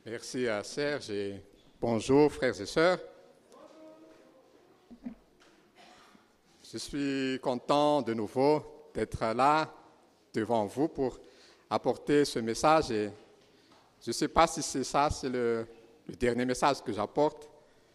Merci à Serge et bonjour frères et sœurs. Je suis content de nouveau d'être là devant vous pour apporter ce message et je ne sais pas si c'est le dernier message que j'apporte.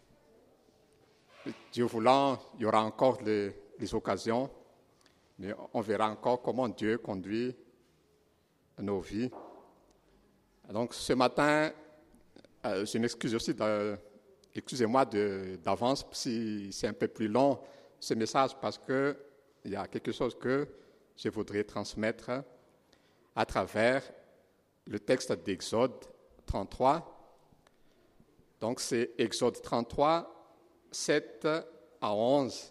Dieu voulant, il y aura encore les occasions, mais on verra encore comment Dieu conduit nos vies. Donc ce matin, je m'excuse aussi, excusez-moi d'avance si c'est un peu plus long ce message parce qu'il y a quelque chose que je voudrais transmettre à travers le texte d'Exode 33. Donc c'est Exode 33, 7 à 11.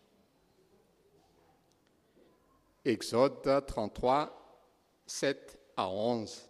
Exode 33, 7 à 11.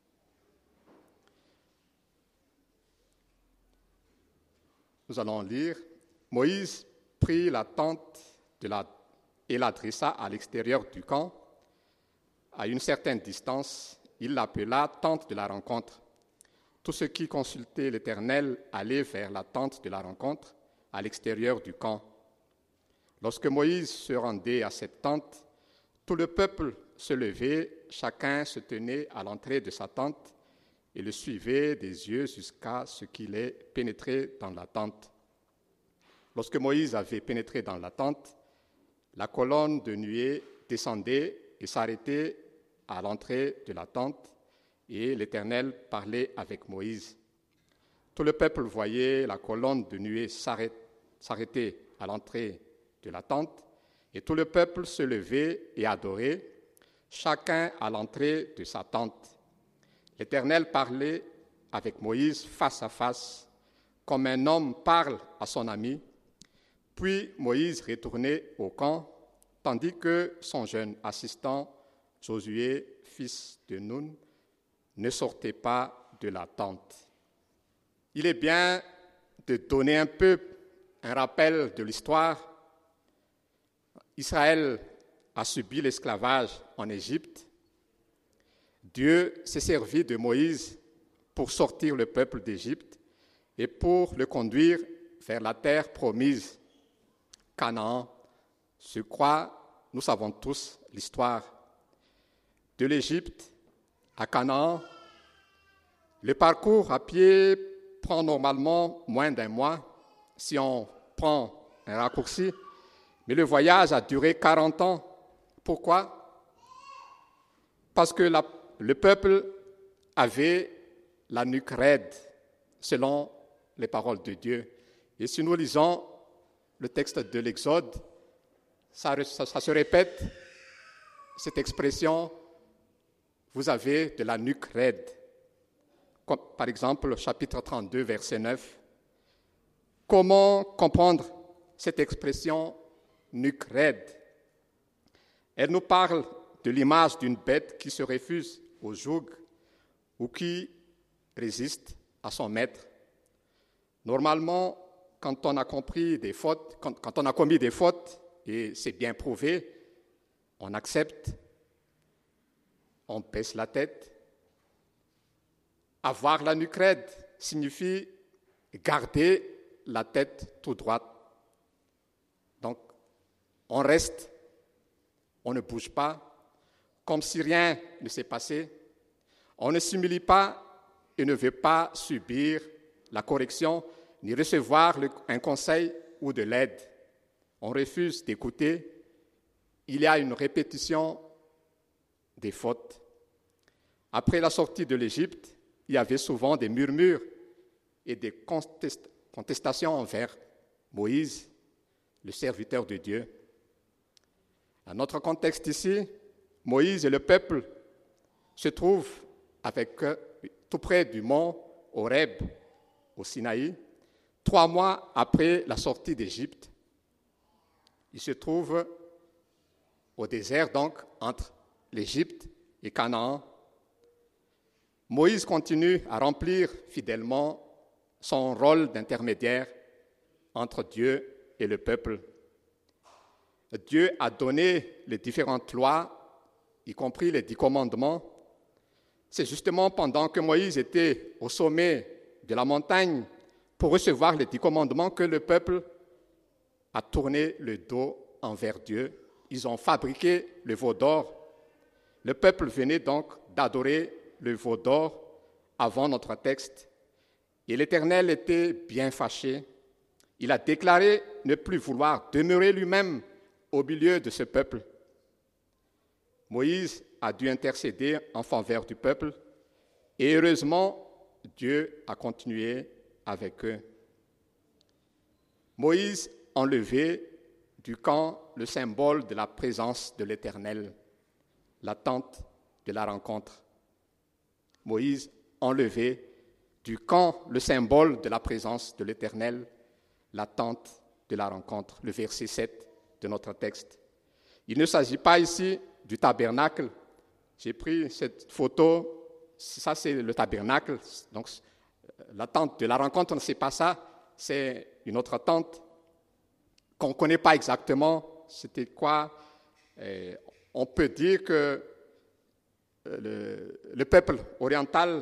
Nous allons lire. Moïse prit la tente et la dressa à l'extérieur du camp. À une certaine distance, il l'appela tente de la rencontre. Tous ceux qui consultaient l'Éternel allaient vers la tente de la rencontre à l'extérieur du camp. Lorsque Moïse se rendait à cette tente, tout le peuple se levait, chacun se tenait à l'entrée de sa tente et le suivait des yeux jusqu'à ce qu'il ait pénétré dans la tente. Lorsque Moïse avait pénétré dans la tente, la colonne de nuée descendait et s'arrêtait à l'entrée de la tente, et l'Éternel parlait avec Moïse. Tout le peuple voyait la colonne de nuée s'arrêter à l'entrée de la tente, et tout le peuple se levait et adorait, chacun à l'entrée de sa tente. L'Éternel parlait avec Moïse face à face, comme un homme parle à son ami. Puis Moïse retournait au camp, tandis que son jeune assistant, Josué, fils de Nun, ne sortait pas de la tente. Il est bien de donner un peu un rappel de l'histoire. Israël a subi l'esclavage en Égypte. Dieu s'est servi de Moïse pour sortir le peuple d'Égypte et pour le conduire vers la terre promise, Canaan. Je crois, nous savons tous l'histoire de l'Égypte à Canaan. Le parcours à pied prend normalement moins d'un mois si on prend un raccourci, mais le voyage a duré 40 ans. Pourquoi? Parce que le peuple avait la nuque raide, selon les paroles de Dieu. Et si nous lisons le texte de l'Exode, ça se répète, cette expression, vous avez de la nuque raide. Comme, par exemple, chapitre 32, verset 9. Comment comprendre cette expression nuque raide? Elle nous parle de l'image d'une bête qui se refuse au joug ou qui résiste à son maître. Normalement, quand on a commis des fautes, et c'est bien prouvé, on accepte, on baisse la tête. Avoir la nuque raide signifie garder la tête tout droite. Donc, on reste, on ne bouge pas, comme si rien ne s'est passé. On ne s'humilie pas et ne veut pas subir la correction ni recevoir un conseil ou de l'aide. On refuse d'écouter. Il y a une répétition des fautes. Après la sortie de l'Égypte, il y avait souvent des murmures et des contestations envers Moïse, le serviteur de Dieu. Dans notre contexte ici, Moïse et le peuple se trouvent tout près du mont Horeb, au Sinaï, 3 mois après la sortie d'Égypte. Ils se trouvent au désert, donc, entre l'Égypte et Canaan. Moïse continue à remplir fidèlement son rôle d'intermédiaire entre Dieu et le peuple. Dieu a donné les différentes lois, y compris les 10 commandements, C'est justement pendant que Moïse était au sommet de la montagne pour recevoir les 10 commandements que le peuple a tourné le dos envers Dieu. Ils ont fabriqué le veau d'or. Le peuple venait donc d'adorer le veau d'or avant notre texte. Et l'Éternel était bien fâché. Il a déclaré ne plus vouloir demeurer lui-même au milieu de ce peuple. Moïse a dû intercéder en faveur du peuple et heureusement, Dieu a continué avec eux. Moïse enlevait du camp le symbole de la présence de l'Éternel, la tente de la rencontre. Moïse enlevait du camp le symbole de la présence de l'Éternel, la tente de la rencontre, le verset 7 de notre texte. Il ne s'agit pas ici du tabernacle. J'ai pris cette photo, ça c'est le tabernacle, donc la tente de la rencontre, ce n'est pas ça, c'est une autre tente qu'on ne connaît pas exactement. C'était quoi? On peut dire que le peuple oriental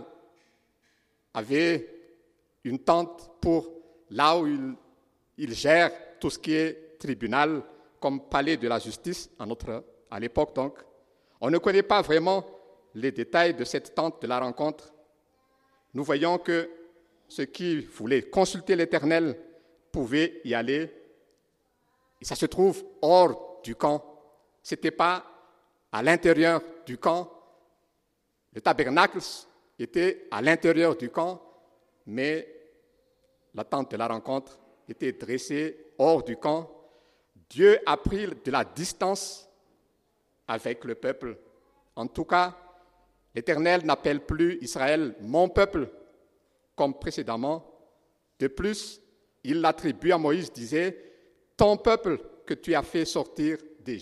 avait une tente pour là où il gère tout ce qui est tribunal, comme palais de la justice à l'époque donc. On ne connaît pas vraiment les détails de cette tente de la rencontre. Nous voyons que ceux qui voulaient consulter l'Éternel pouvaient y aller. Et ça se trouve hors du camp. Ce n'était pas à l'intérieur du camp. Le tabernacle était à l'intérieur du camp, mais la tente de la rencontre était dressée hors du camp. Dieu a pris de la distance avec le peuple. En tout cas, l'Éternel n'appelle plus Israël « mon peuple » comme précédemment. De plus, il l'attribue à Moïse, disait « ton peuple que tu as fait sortir d'Égypte ».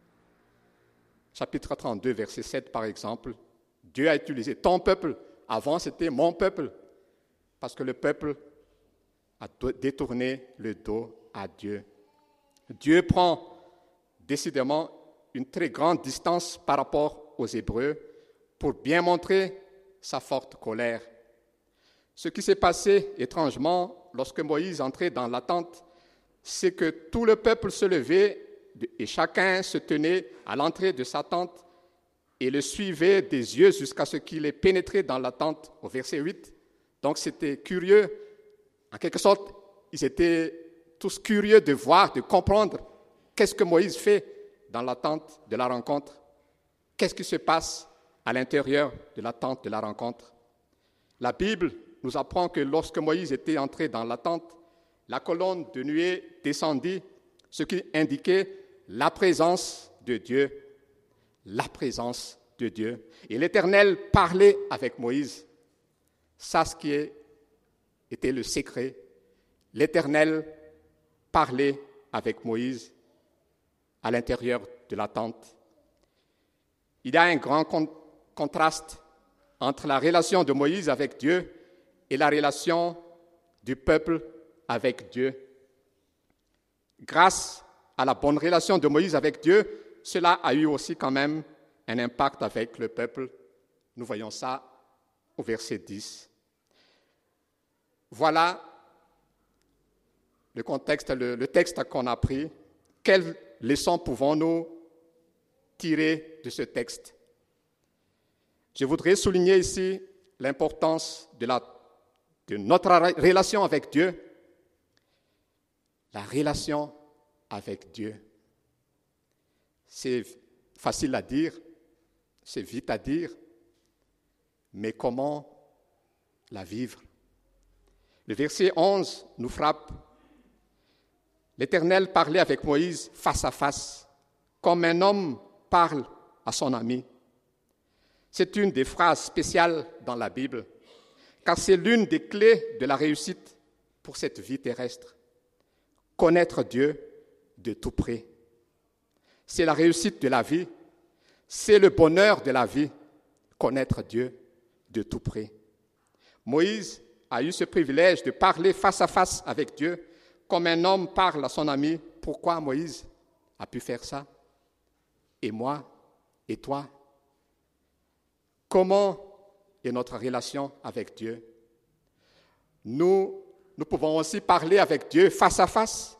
Chapitre 32, verset 7 par exemple. Dieu a utilisé « ton peuple ». Avant, c'était « mon peuple » parce que le peuple a détourné le dos à Dieu. Dieu prend décidément une très grande distance par rapport aux Hébreux pour bien montrer sa forte colère. Ce qui s'est passé étrangement lorsque Moïse entrait dans la tente, c'est que tout le peuple se levait et chacun se tenait à l'entrée de sa tente et le suivait des yeux jusqu'à ce qu'il ait pénétré dans la tente, au verset 8. Donc c'était curieux. En quelque sorte, ils étaient tous curieux de voir, de comprendre qu'est-ce que Moïse fait dans la tente de la rencontre. Qu'est-ce qui se passe à l'intérieur de la tente de la rencontre? La Bible nous apprend que lorsque Moïse était entré dans la tente, la colonne de nuée descendit, ce qui indiquait la présence de Dieu. La présence de Dieu. Et l'Éternel parlait avec Moïse. Ça, ce qui était le secret. L'Éternel parlait avec Moïse à l'intérieur de la tente. Il y a un grand contraste entre la relation de Moïse avec Dieu et la relation du peuple avec Dieu. Grâce à la bonne relation de Moïse avec Dieu, cela a eu aussi quand même un impact avec le peuple. Nous voyons ça au verset 10. Voilà le contexte, le texte qu'on a pris. Quelles leçons pouvons-nous tirer de ce texte? Je voudrais souligner ici l'importance de notre relation avec Dieu. La relation avec Dieu. C'est facile à dire, c'est vite à dire, mais comment la vivre? Le verset 11 nous frappe. L'Éternel parlait avec Moïse face à face, comme un homme parle à son ami. C'est une des phrases spéciales dans la Bible, car c'est l'une des clés de la réussite pour cette vie terrestre. Connaître Dieu de tout près. C'est la réussite de la vie, c'est le bonheur de la vie, connaître Dieu de tout près. Moïse a eu ce privilège de parler face à face avec Dieu, comme un homme parle à son ami. Pourquoi Moïse a pu faire ça? Et moi? Et toi? Comment est notre relation avec Dieu? Nous pouvons aussi parler avec Dieu face à face.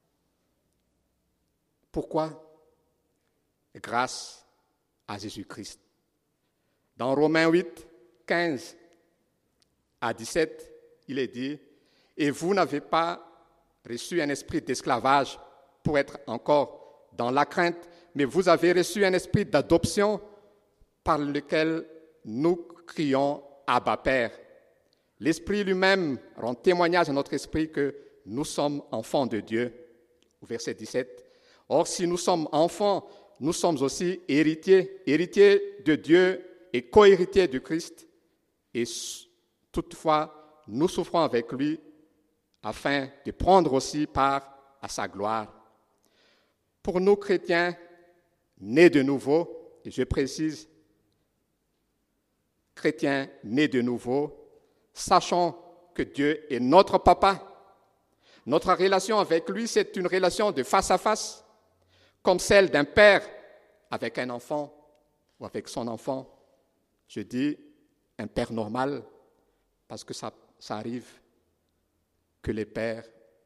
Pourquoi? Grâce à Jésus-Christ. Dans Romains 8, 15 à 17, il est dit, « Et vous n'avez pas reçu un esprit d'esclavage pour être encore dans la crainte, mais vous avez reçu un esprit d'adoption par lequel nous crions « Abba, Père ». L'Esprit lui-même rend témoignage à notre esprit que nous sommes enfants de Dieu. » Au verset 17. « Or, si nous sommes enfants, nous sommes aussi héritiers, héritiers de Dieu et co-héritiers du Christ. Et toutefois, nous souffrons avec lui afin de prendre aussi part à sa gloire. » Pour nous chrétiens, nés de nouveau, et je précise, chrétiens nés de nouveau, sachons que Dieu est notre papa. Notre relation avec lui, c'est une relation de face à face, comme celle d'un père avec un enfant ou avec son enfant. Je dis un père normal parce que ça arrive que les pères,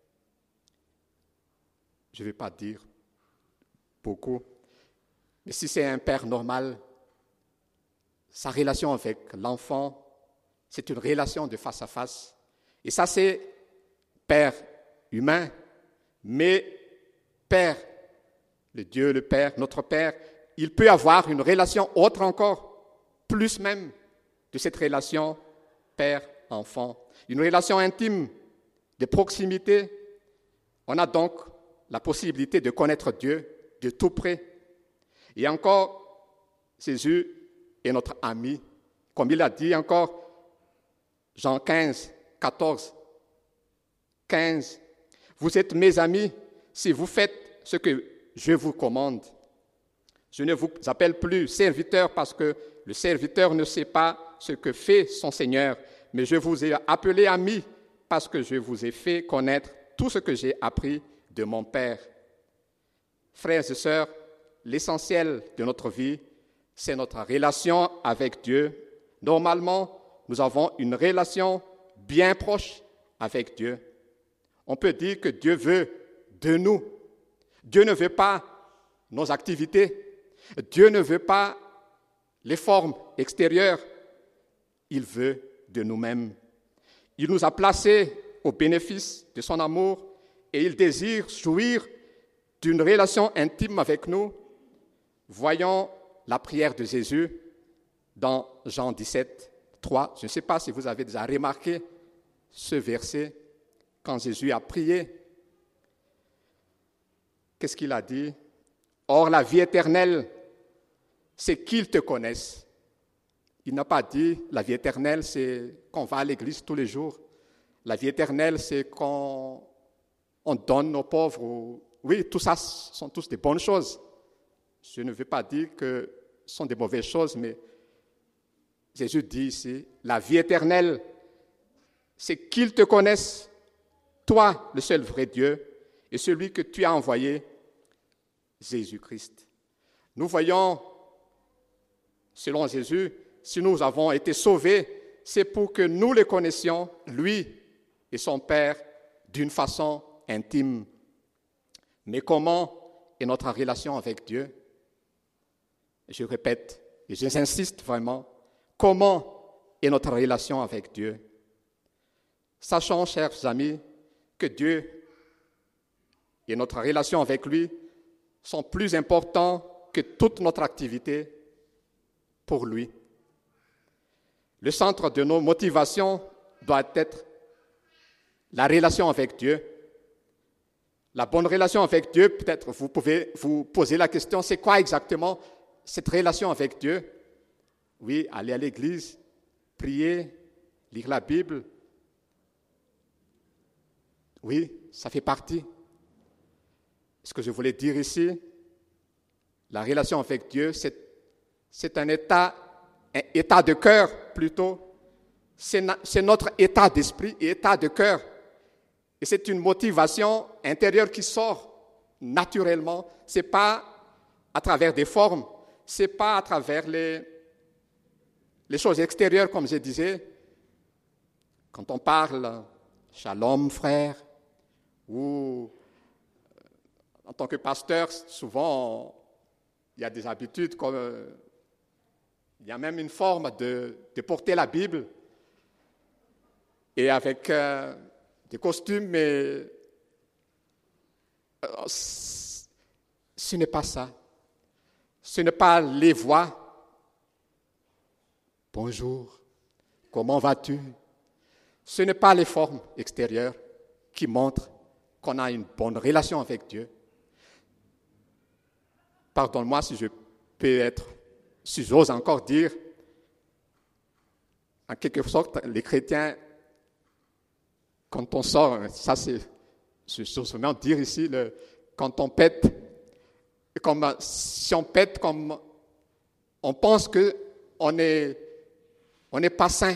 je ne vais pas dire beaucoup, mais si c'est un père normal, sa relation avec l'enfant, c'est une relation de face à face. Et ça, c'est père humain, mais père, le Dieu, le Père, notre Père, il peut avoir une relation autre encore, plus même de cette relation père-enfant. Une relation intime, de proximité. On a donc la possibilité de connaître Dieu de tout près. Et encore, Jésus est notre ami. Comme il a dit encore, Jean 15, 14, 15. Vous êtes mes amis si vous faites ce que je vous commande. Je ne vous appelle plus serviteur parce que le serviteur ne sait pas ce que fait son Seigneur, mais je vous ai appelé ami parce que je vous ai fait connaître tout ce que j'ai appris de mon Père. Frères et sœurs, l'essentiel de notre vie, c'est notre relation avec Dieu. Normalement, nous avons une relation bien proche avec Dieu. On peut dire que Dieu veut de nous. Dieu ne veut pas nos activités. Dieu ne veut pas les formes extérieures. Il veut de nous-mêmes. Il nous a placés au bénéfice de son amour et il désire jouir d'une relation intime avec nous. Voyons la prière de Jésus dans Jean 17, 3. Je ne sais pas si vous avez déjà remarqué ce verset quand Jésus a prié. Qu'est-ce qu'il a dit? Or, la vie éternelle, c'est qu'ils te connaissent. Il n'a pas dit la vie éternelle, c'est qu'on va à l'église tous les jours. La vie éternelle, c'est qu'on donne aux pauvres. Oui, tout ça sont tous des bonnes choses. Je ne veux pas dire que ce sont des mauvaises choses, mais Jésus dit ici, la vie éternelle, c'est qu'ils te connaissent, toi, le seul vrai Dieu, et celui que tu as envoyé, Jésus-Christ. Nous voyons, selon Jésus, si nous avons été sauvés, c'est pour que nous le connaissions, lui et son Père, d'une façon intime. Mais comment est notre relation avec Dieu? Je répète, et j'insiste vraiment, comment est notre relation avec Dieu? Sachons, chers amis, que Dieu et notre relation avec lui sont plus importants que toute notre activité pour lui. Le centre de nos motivations doit être la relation avec Dieu. La bonne relation avec Dieu, peut-être vous pouvez vous poser la question, c'est quoi exactement cette relation avec Dieu? Oui, aller à l'église, prier, lire la Bible. Oui, ça fait partie. Ce que je voulais dire ici, la relation avec Dieu, c'est un état de cœur plutôt. C'est notre état d'esprit et état de cœur. Et c'est une motivation intérieure qui sort naturellement. Ce n'est pas à travers des formes, ce n'est pas à travers les choses extérieures, comme je disais, quand on parle « Shalom, frère », ou en tant que pasteur, souvent, il y a des habitudes, comme il y a même une forme de porter la Bible, et avec des costumes, mais ce n'est pas ça. Ce n'est pas les voix. Bonjour, comment vas-tu? Ce n'est pas les formes extérieures qui montrent qu'on a une bonne relation avec Dieu. Pardonne-moi si si j'ose encore dire, en quelque sorte, les chrétiens, quand on sort, ça c'est, je souvent dire ici, quand on pète, comme si on pète, comme on pense qu'on n'est pas saint.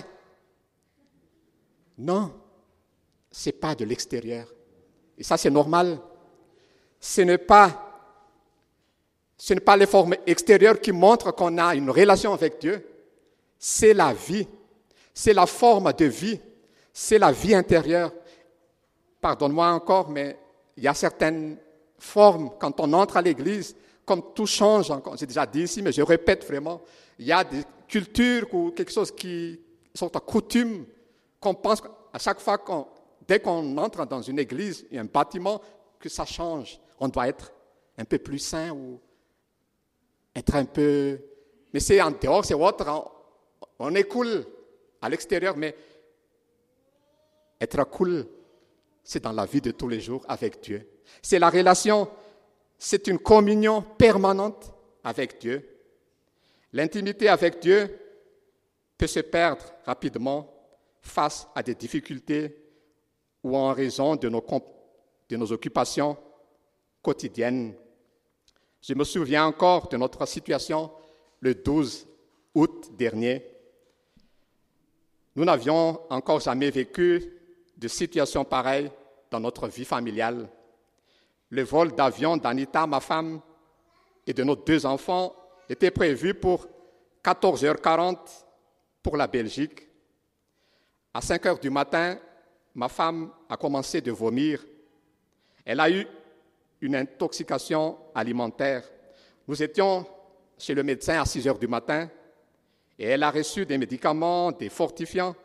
Non, ce n'est pas de l'extérieur. Et ça, c'est normal. Ce n'est pas les formes extérieures qui montrent qu'on a une relation avec Dieu. C'est la vie. C'est la forme de vie. C'est la vie intérieure. Pardonne-moi encore, mais il y a certaines formes, quand on entre à l'église, comme tout change, j'ai déjà dit ici, mais je répète vraiment, il y a des cultures ou quelque chose qui sont en coutume, qu'on pense à chaque fois, dès qu'on entre dans une église, un bâtiment, que ça change. On doit être un peu plus sain ou être un peu... Mais c'est en dehors, c'est autre. On est cool à l'extérieur, mais être cool, c'est dans la vie de tous les jours avec Dieu. C'est la relation, c'est une communion permanente avec Dieu. L'intimité avec Dieu peut se perdre rapidement face à des difficultés ou en raison de nos occupations quotidiennes. Je me souviens encore de notre situation le 12 août dernier. Nous n'avions encore jamais vécu de situation pareille dans notre vie familiale. Le vol d'avion d'Anita, ma femme, et de nos 2 enfants était prévu pour 14h40 pour la Belgique. À 5h du matin, ma femme a commencé de vomir. Elle a eu une intoxication alimentaire. Nous étions chez le médecin à 6h du matin et elle a reçu des médicaments, des fortifiants.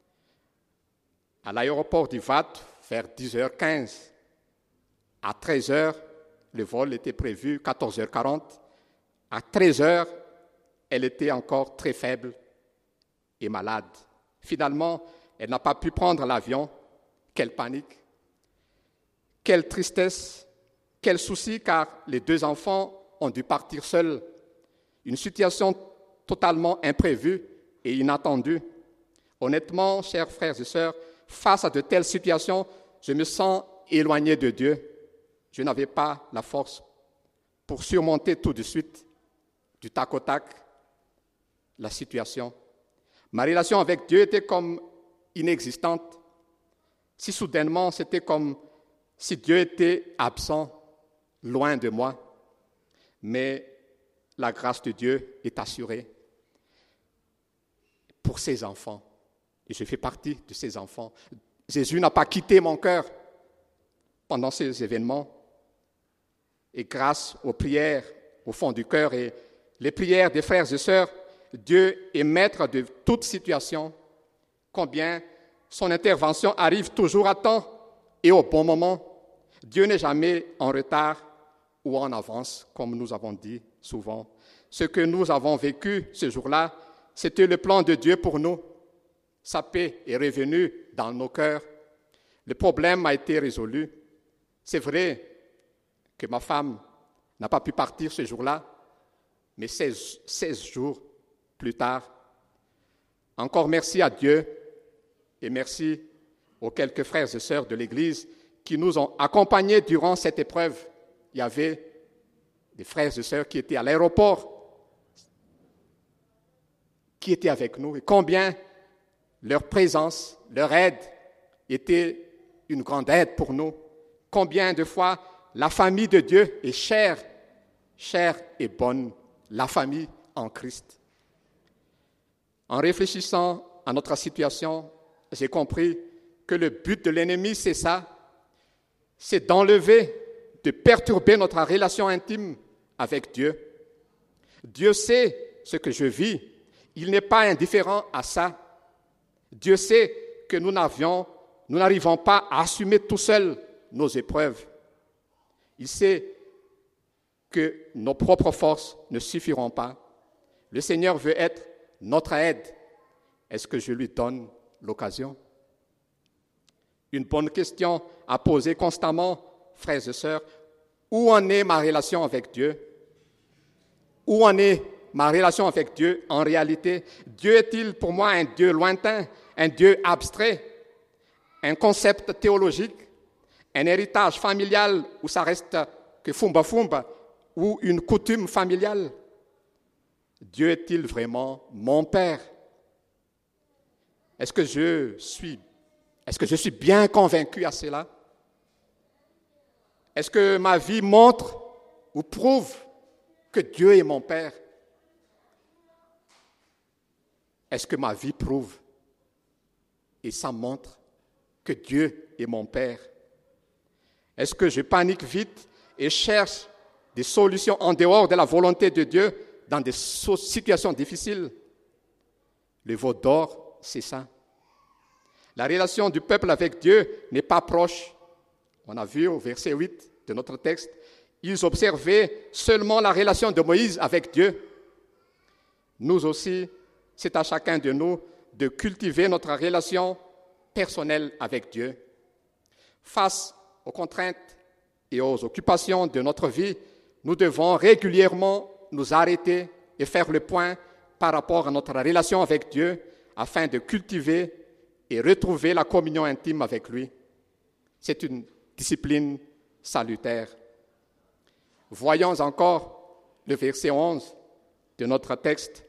À l'aéroport du VAT, vers 10h15, à 13h, le vol était prévu, 14h40. À 13h, elle était encore très faible et malade. Finalement, elle n'a pas pu prendre l'avion. Quelle panique, quelle tristesse, quel souci, car les 2 enfants ont dû partir seuls. Une situation totalement imprévue et inattendue. Honnêtement, chers frères et sœurs, face à de telles situations, je me sens éloigné de Dieu. Je n'avais pas la force pour surmonter tout de suite, du tac au tac, la situation. Ma relation avec Dieu était comme inexistante. Si soudainement, c'était comme si Dieu était absent, loin de moi. Mais la grâce de Dieu est assurée pour ses enfants. Et je fais partie de ses enfants. Jésus n'a pas quitté mon cœur pendant ces événements. Et grâce aux prières au fond du cœur et les prières des frères et sœurs, Dieu est maître de toute situation. Combien son intervention arrive toujours à temps et au bon moment. Dieu n'est jamais en retard ou en avance, comme nous avons dit souvent. Ce que nous avons vécu ce jour-là, c'était le plan de Dieu pour nous. Sa paix est revenue dans nos cœurs. Le problème a été résolu. C'est vrai que ma femme n'a pas pu partir ce jour-là, mais 16 jours plus tard. Encore merci à Dieu et merci aux quelques frères et sœurs de l'Église qui nous ont accompagnés durant cette épreuve. Il y avait des frères et sœurs qui étaient à l'aéroport, qui étaient avec nous, et combien leur présence, leur aide était une grande aide pour nous. Combien de fois la famille de Dieu est chère et bonne, la famille en Christ. En réfléchissant à notre situation, j'ai compris que le but de l'ennemi, c'est ça, c'est d'enlever, de perturber notre relation intime avec Dieu. Dieu sait ce que je vis. Il n'est pas indifférent à ça. Dieu sait que nous n'arrivons pas à assumer tout seuls nos épreuves. Il sait que nos propres forces ne suffiront pas. Le Seigneur veut être notre aide. Est-ce que je lui donne l'occasion? Une bonne question à poser constamment, frères et sœurs. Où en est ma relation avec Dieu? Où en est ma relation avec Dieu en réalité? Dieu est-il pour moi un Dieu lointain, un Dieu abstrait, un concept théologique, un héritage familial où ça reste que fumba fumba, ou une coutume familiale? Dieu est-il vraiment mon Père? Est-ce que je suis bien convaincu à cela? Est-ce que ma vie montre ou prouve que Dieu est mon Père? Est-ce que ma vie prouve et ça montre que Dieu est mon Père? Est-ce que je panique vite et cherche des solutions en dehors de la volonté de Dieu dans des situations difficiles? Le veau d'or, c'est ça. La relation du peuple avec Dieu n'est pas proche. On a vu au verset 8 de notre texte, ils observaient seulement la relation de Moïse avec Dieu. Nous aussi, c'est à chacun de nous de cultiver notre relation personnelle avec Dieu. Face aux contraintes et aux occupations de notre vie, nous devons régulièrement nous arrêter et faire le point par rapport à notre relation avec Dieu afin de cultiver et retrouver la communion intime avec lui. C'est une discipline salutaire. Voyons encore le verset 11 de notre texte.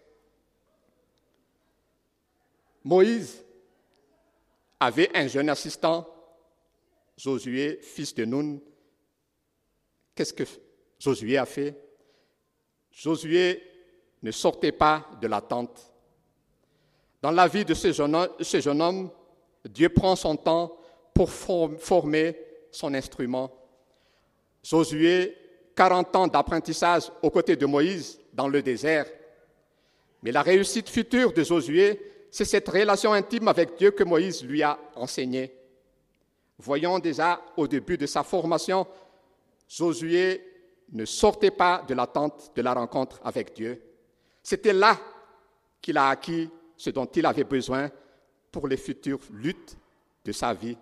Moïse avait un jeune assistant, Josué, fils de Nun. Qu'est-ce que Josué a fait? Josué ne sortait pas de la tente. Dans la vie de ce jeune homme, Dieu prend son temps pour former son instrument. Josué, 40 ans d'apprentissage aux côtés de Moïse dans le désert. Mais la réussite future de Josué, c'est cette relation intime avec Dieu que Moïse lui a enseignée. Voyons déjà au début de sa formation, Josué ne sortait pas de l'attente de la rencontre avec Dieu. C'était là qu'il a acquis ce dont il avait besoin pour les futures luttes de sa vie.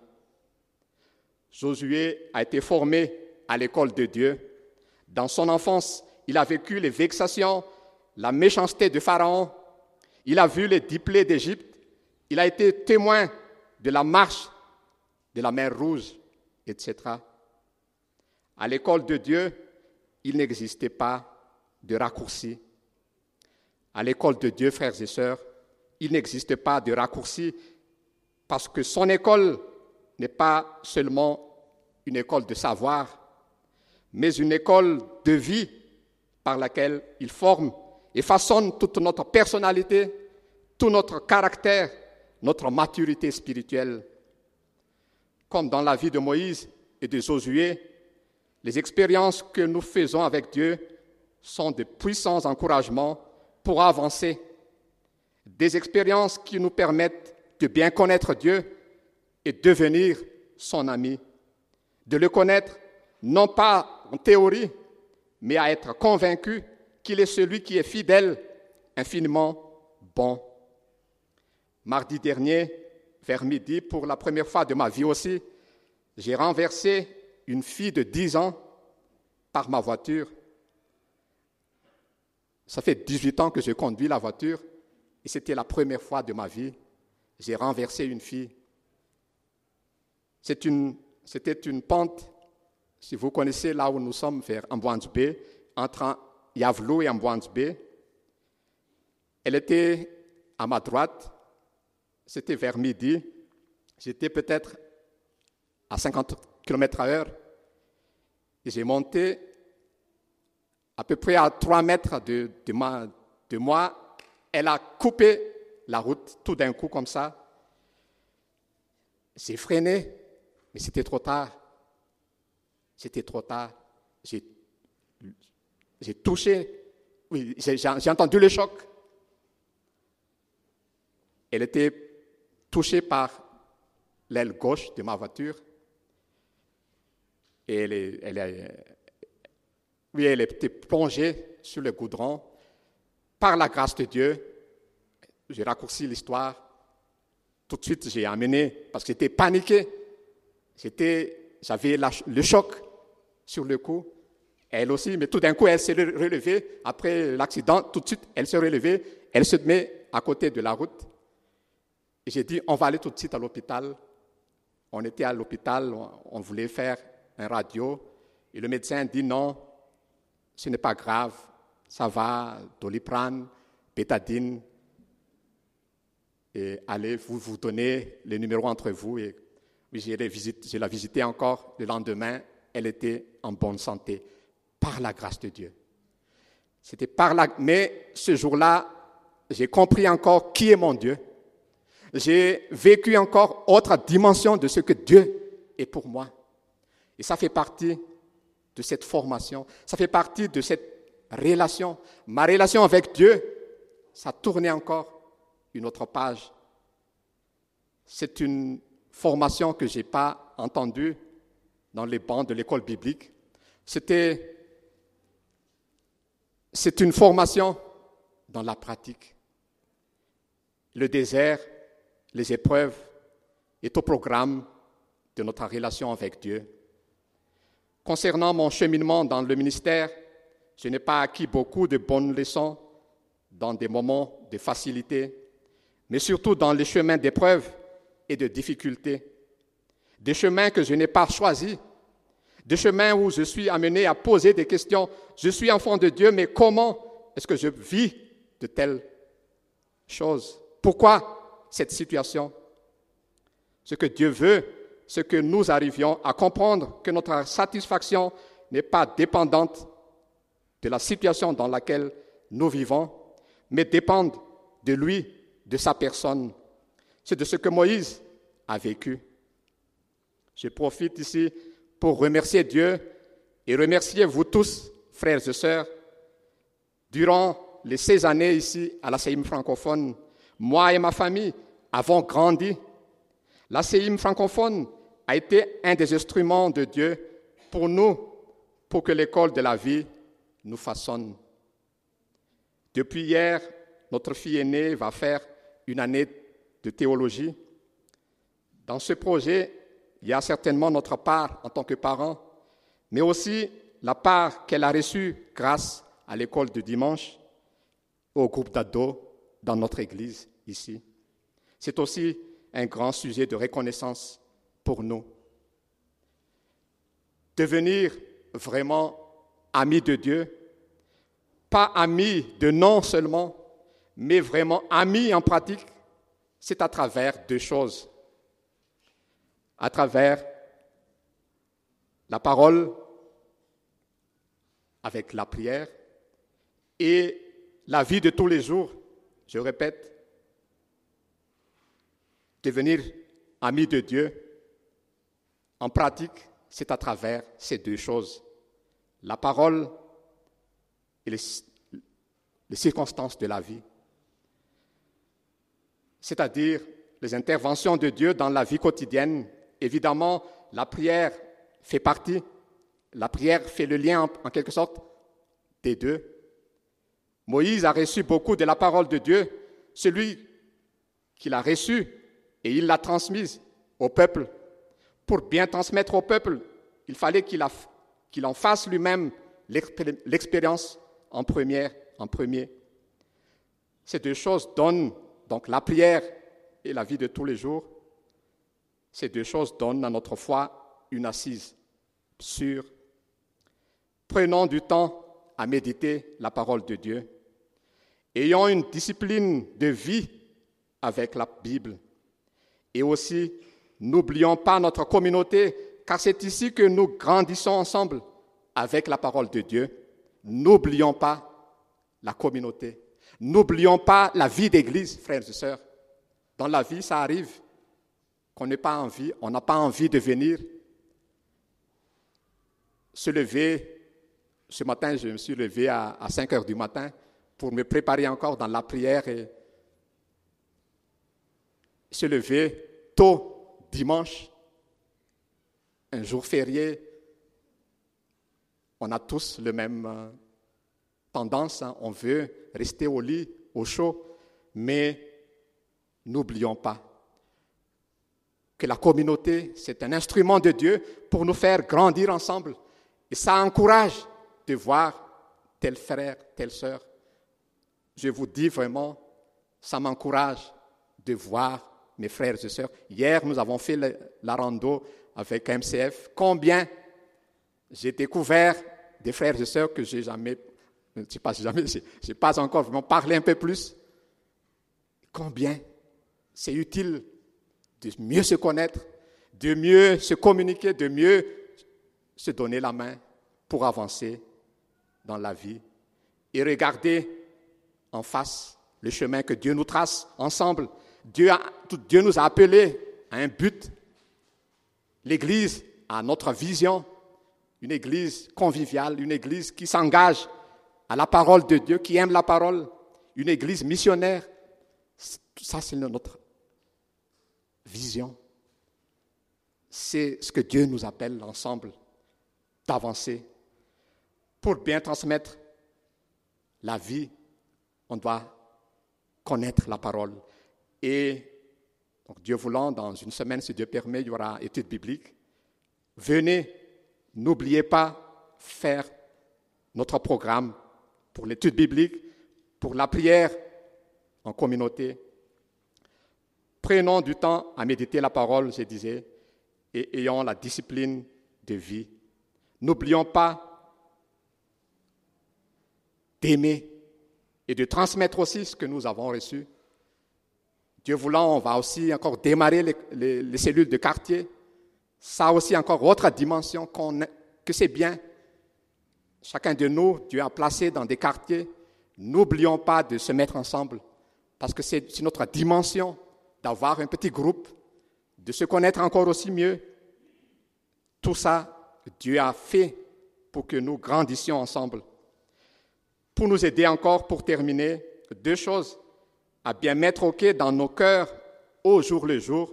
Josué a été formé à l'école de Dieu. Dans son enfance, il a vécu les vexations, la méchanceté de Pharaon. Il a vu les 10 plaies d'Égypte. Il a été témoin de la marche de la mer Rouge, etc. À l'école de Dieu, il n'existait pas de raccourci. À l'école de Dieu, frères et sœurs, il n'existe pas de raccourci parce que son école n'est pas seulement une école de savoir, mais une école de vie par laquelle il forme et façonne toute notre personnalité, tout notre caractère, notre maturité spirituelle. Comme dans la vie de Moïse et de Josué, les expériences que nous faisons avec Dieu sont de puissants encouragements pour avancer. Des expériences qui nous permettent de bien connaître Dieu et devenir son ami. De le connaître, non pas en théorie, mais à être convaincu qu'il est celui qui est fidèle, infiniment bon. Mardi dernier, vers midi, pour la première fois de ma vie aussi, j'ai renversé une fille de 10 ans par ma voiture. Ça fait 18 ans que je conduis la voiture et c'était la première fois de ma vie. J'ai renversé une fille. C'était une pente, si vous connaissez là où nous sommes, vers Ambouanzbe, entre Yavlou et Ambouanzbe. Elle était à ma droite, c'était vers midi. J'étais peut-être à 50 km/h et j'ai monté à peu près à 3 mètres de moi. Elle a coupé la route tout d'un coup comme ça. J'ai freiné, mais c'était trop tard. C'était trop tard. J'ai touché, oui, j'ai entendu le choc. Elle était touchée par l'aile gauche de ma voiture. Et elle était plongée sur le goudron. Par la grâce de Dieu, j'ai raccourci l'histoire. Tout de suite, j'ai amené, parce que j'étais paniqué. J'avais le choc sur le coup. Elle aussi, mais tout d'un coup, elle s'est relevée. Après l'accident, tout de suite, elle s'est relevée. Elle se met à côté de la route. Et j'ai dit, on va aller tout de suite à l'hôpital. On était à l'hôpital, on voulait faire un radio. Et le médecin dit, non, ce n'est pas grave. Ça va, Doliprane, bétadine. Et allez, vous donnez les numéros entre vous. Et oui, je l'ai visitée encore le lendemain. Elle était en bonne santé, par la grâce de Dieu. Mais ce jour-là, j'ai compris encore qui est mon Dieu. J'ai vécu encore autre dimension de ce que Dieu est pour moi. Et ça fait partie de cette formation, ça fait partie de cette relation. Ma relation avec Dieu, ça tournait encore une autre page. C'est une formation que je n'ai pas entendue dans les bancs de l'école biblique. C'est une formation dans la pratique. Le désert, les épreuves est au programme de notre relation avec Dieu. Concernant mon cheminement dans le ministère, je n'ai pas acquis beaucoup de bonnes leçons dans des moments de facilité, mais surtout dans les chemins d'épreuves et de difficultés. Des chemins que je n'ai pas choisis, des chemins où je suis amené à poser des questions. Je suis enfant de Dieu, mais comment est-ce que je vis de telles choses? Pourquoi cette situation? Ce que Dieu veut, c'est que nous arrivions à comprendre que notre satisfaction n'est pas dépendante de la situation dans laquelle nous vivons, mais dépend de lui, de sa personne. C'est de ce que Moïse a vécu. Je profite ici pour remercier Dieu et remercier vous tous, frères et sœurs. Durant les 16 années ici à la CIM francophone, moi et ma famille avons grandi. La CIM francophone a été un des instruments de Dieu pour nous, pour que l'école de la vie nous façonne. Depuis hier, notre fille aînée va faire une année de théologie. Dans ce projet, il y a certainement notre part en tant que parents, mais aussi la part qu'elle a reçue grâce à l'école du dimanche, au groupe d'ados dans notre église ici. C'est aussi un grand sujet de reconnaissance pour nous. Devenir vraiment amis de Dieu, pas amis de nom seulement, mais vraiment amis en pratique, c'est à travers deux choses. À travers la parole, avec la prière, et la vie de tous les jours, je répète, devenir ami de Dieu, en pratique, c'est à travers ces deux choses. La parole et les circonstances de la vie. C'est-à-dire les interventions de Dieu dans la vie quotidienne. Évidemment, la prière fait partie. La prière fait le lien, en quelque sorte, des deux. Moïse a reçu beaucoup de la parole de Dieu, celui qu'il a reçu, et il l'a transmise au peuple. Pour bien transmettre au peuple, il fallait qu'il en fasse lui-même l'expérience en premier. Ces deux choses donnent, donc la prière et la vie de tous les jours, ces deux choses donnent à notre foi une assise sûre. Prenons du temps à méditer la parole de Dieu. Ayons une discipline de vie avec la Bible. Et aussi, n'oublions pas notre communauté, car c'est ici que nous grandissons ensemble avec la parole de Dieu. N'oublions pas la communauté. N'oublions pas la vie d'église, frères et sœurs. Dans la vie, ça arrive qu'on n'ait pas envie, on n'a pas envie de venir se lever. Ce matin, je me suis levé à 5 heures du matin pour me préparer encore dans la prière et se lever tôt, dimanche, un jour férié. On a tous la même tendance, hein. On veut rester au lit, au chaud, mais n'oublions pas que la communauté, c'est un instrument de Dieu pour nous faire grandir ensemble. Et ça encourage de voir tel frère, telle sœur. Je vous dis vraiment, ça m'encourage de voir mes frères et sœurs. Hier, nous avons fait la rando avec MCF. Combien j'ai découvert des frères et sœurs que j'ai pas encore vraiment parlé un peu plus. Combien c'est utile de mieux se connaître, de mieux se communiquer, de mieux se donner la main pour avancer dans la vie et regarder en face le chemin que Dieu nous trace ensemble. Dieu nous a appelés à un but. L'Église a notre vision, une Église conviviale, une Église qui s'engage à la parole de Dieu, qui aime la parole, une Église missionnaire. Tout ça, c'est notre vision. C'est ce que Dieu nous appelle ensemble d'avancer. Pour bien transmettre la vie, on doit connaître la parole. Et donc Dieu voulant, dans une semaine, si Dieu permet, il y aura étude biblique. Venez, n'oubliez pas faire notre programme pour l'étude biblique, pour la prière en communauté. Prenons du temps à méditer la parole, je disais, et ayons la discipline de vie. N'oublions pas d'aimer et de transmettre aussi ce que nous avons reçu. Dieu voulant, on va aussi encore démarrer les cellules de quartier. Ça a aussi encore autre dimension que c'est bien. Chacun de nous, Dieu a placé dans des quartiers. N'oublions pas de se mettre ensemble parce que c'est notre dimension d'avoir un petit groupe, de se connaître encore aussi mieux. Tout ça, Dieu a fait pour que nous grandissions ensemble. Pour nous aider encore, pour terminer, 2 choses à bien mettre au quai dans nos cœurs au jour le jour.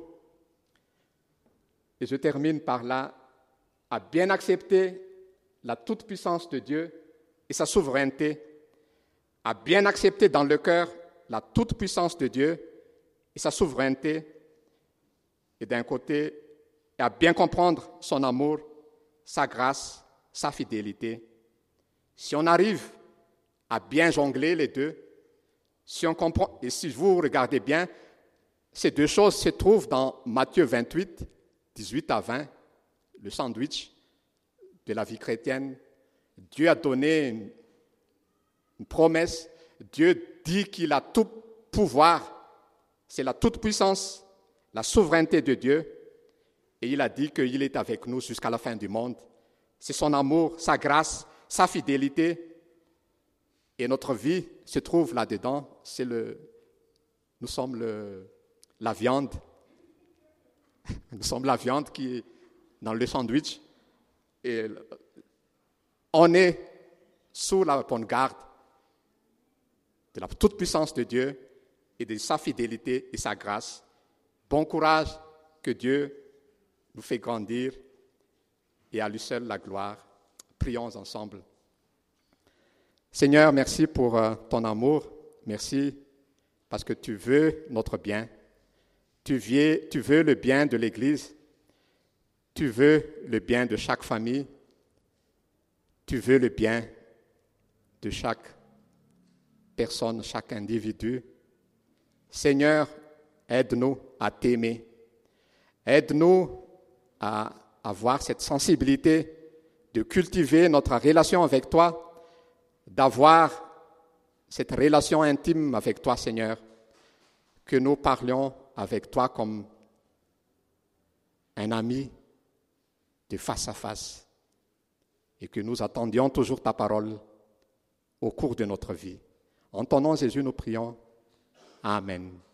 Et je termine par là, à bien accepter la toute-puissance de Dieu et sa souveraineté, à bien accepter dans le cœur la toute-puissance de Dieu et sa souveraineté, et d'un côté, à bien comprendre son amour, sa grâce, sa fidélité. Si on arrive à bien jongler les deux, si on comprend, et si vous regardez bien, ces 2 choses se trouvent dans Matthieu 28, 18 à 20, le sandwich de la vie chrétienne. Dieu a donné une promesse. Dieu dit qu'il a tout pouvoir. C'est la toute-puissance, la souveraineté de Dieu. Et il a dit qu'il est avec nous jusqu'à la fin du monde. C'est son amour, sa grâce, sa fidélité. Et notre vie se trouve là-dedans. Nous sommes la viande. Nous sommes la viande qui est dans le sandwich. Et on est sous la bonne garde de la toute-puissance de Dieu et de sa fidélité et sa grâce. Bon courage, que Dieu nous fait grandir et à lui seul la gloire. Prions ensemble. Seigneur, merci pour ton amour. Merci parce que tu veux notre bien. Tu veux le bien de l'Église. Tu veux le bien de chaque famille. Tu veux le bien de chaque personne, chaque individu. Seigneur, aide-nous à t'aimer. Aide-nous à avoir cette sensibilité de cultiver notre relation avec toi, d'avoir cette relation intime avec toi, Seigneur, que nous parlions avec toi comme un ami de face à face et que nous attendions toujours ta parole au cours de notre vie. En ton nom, Jésus, nous prions. Amen.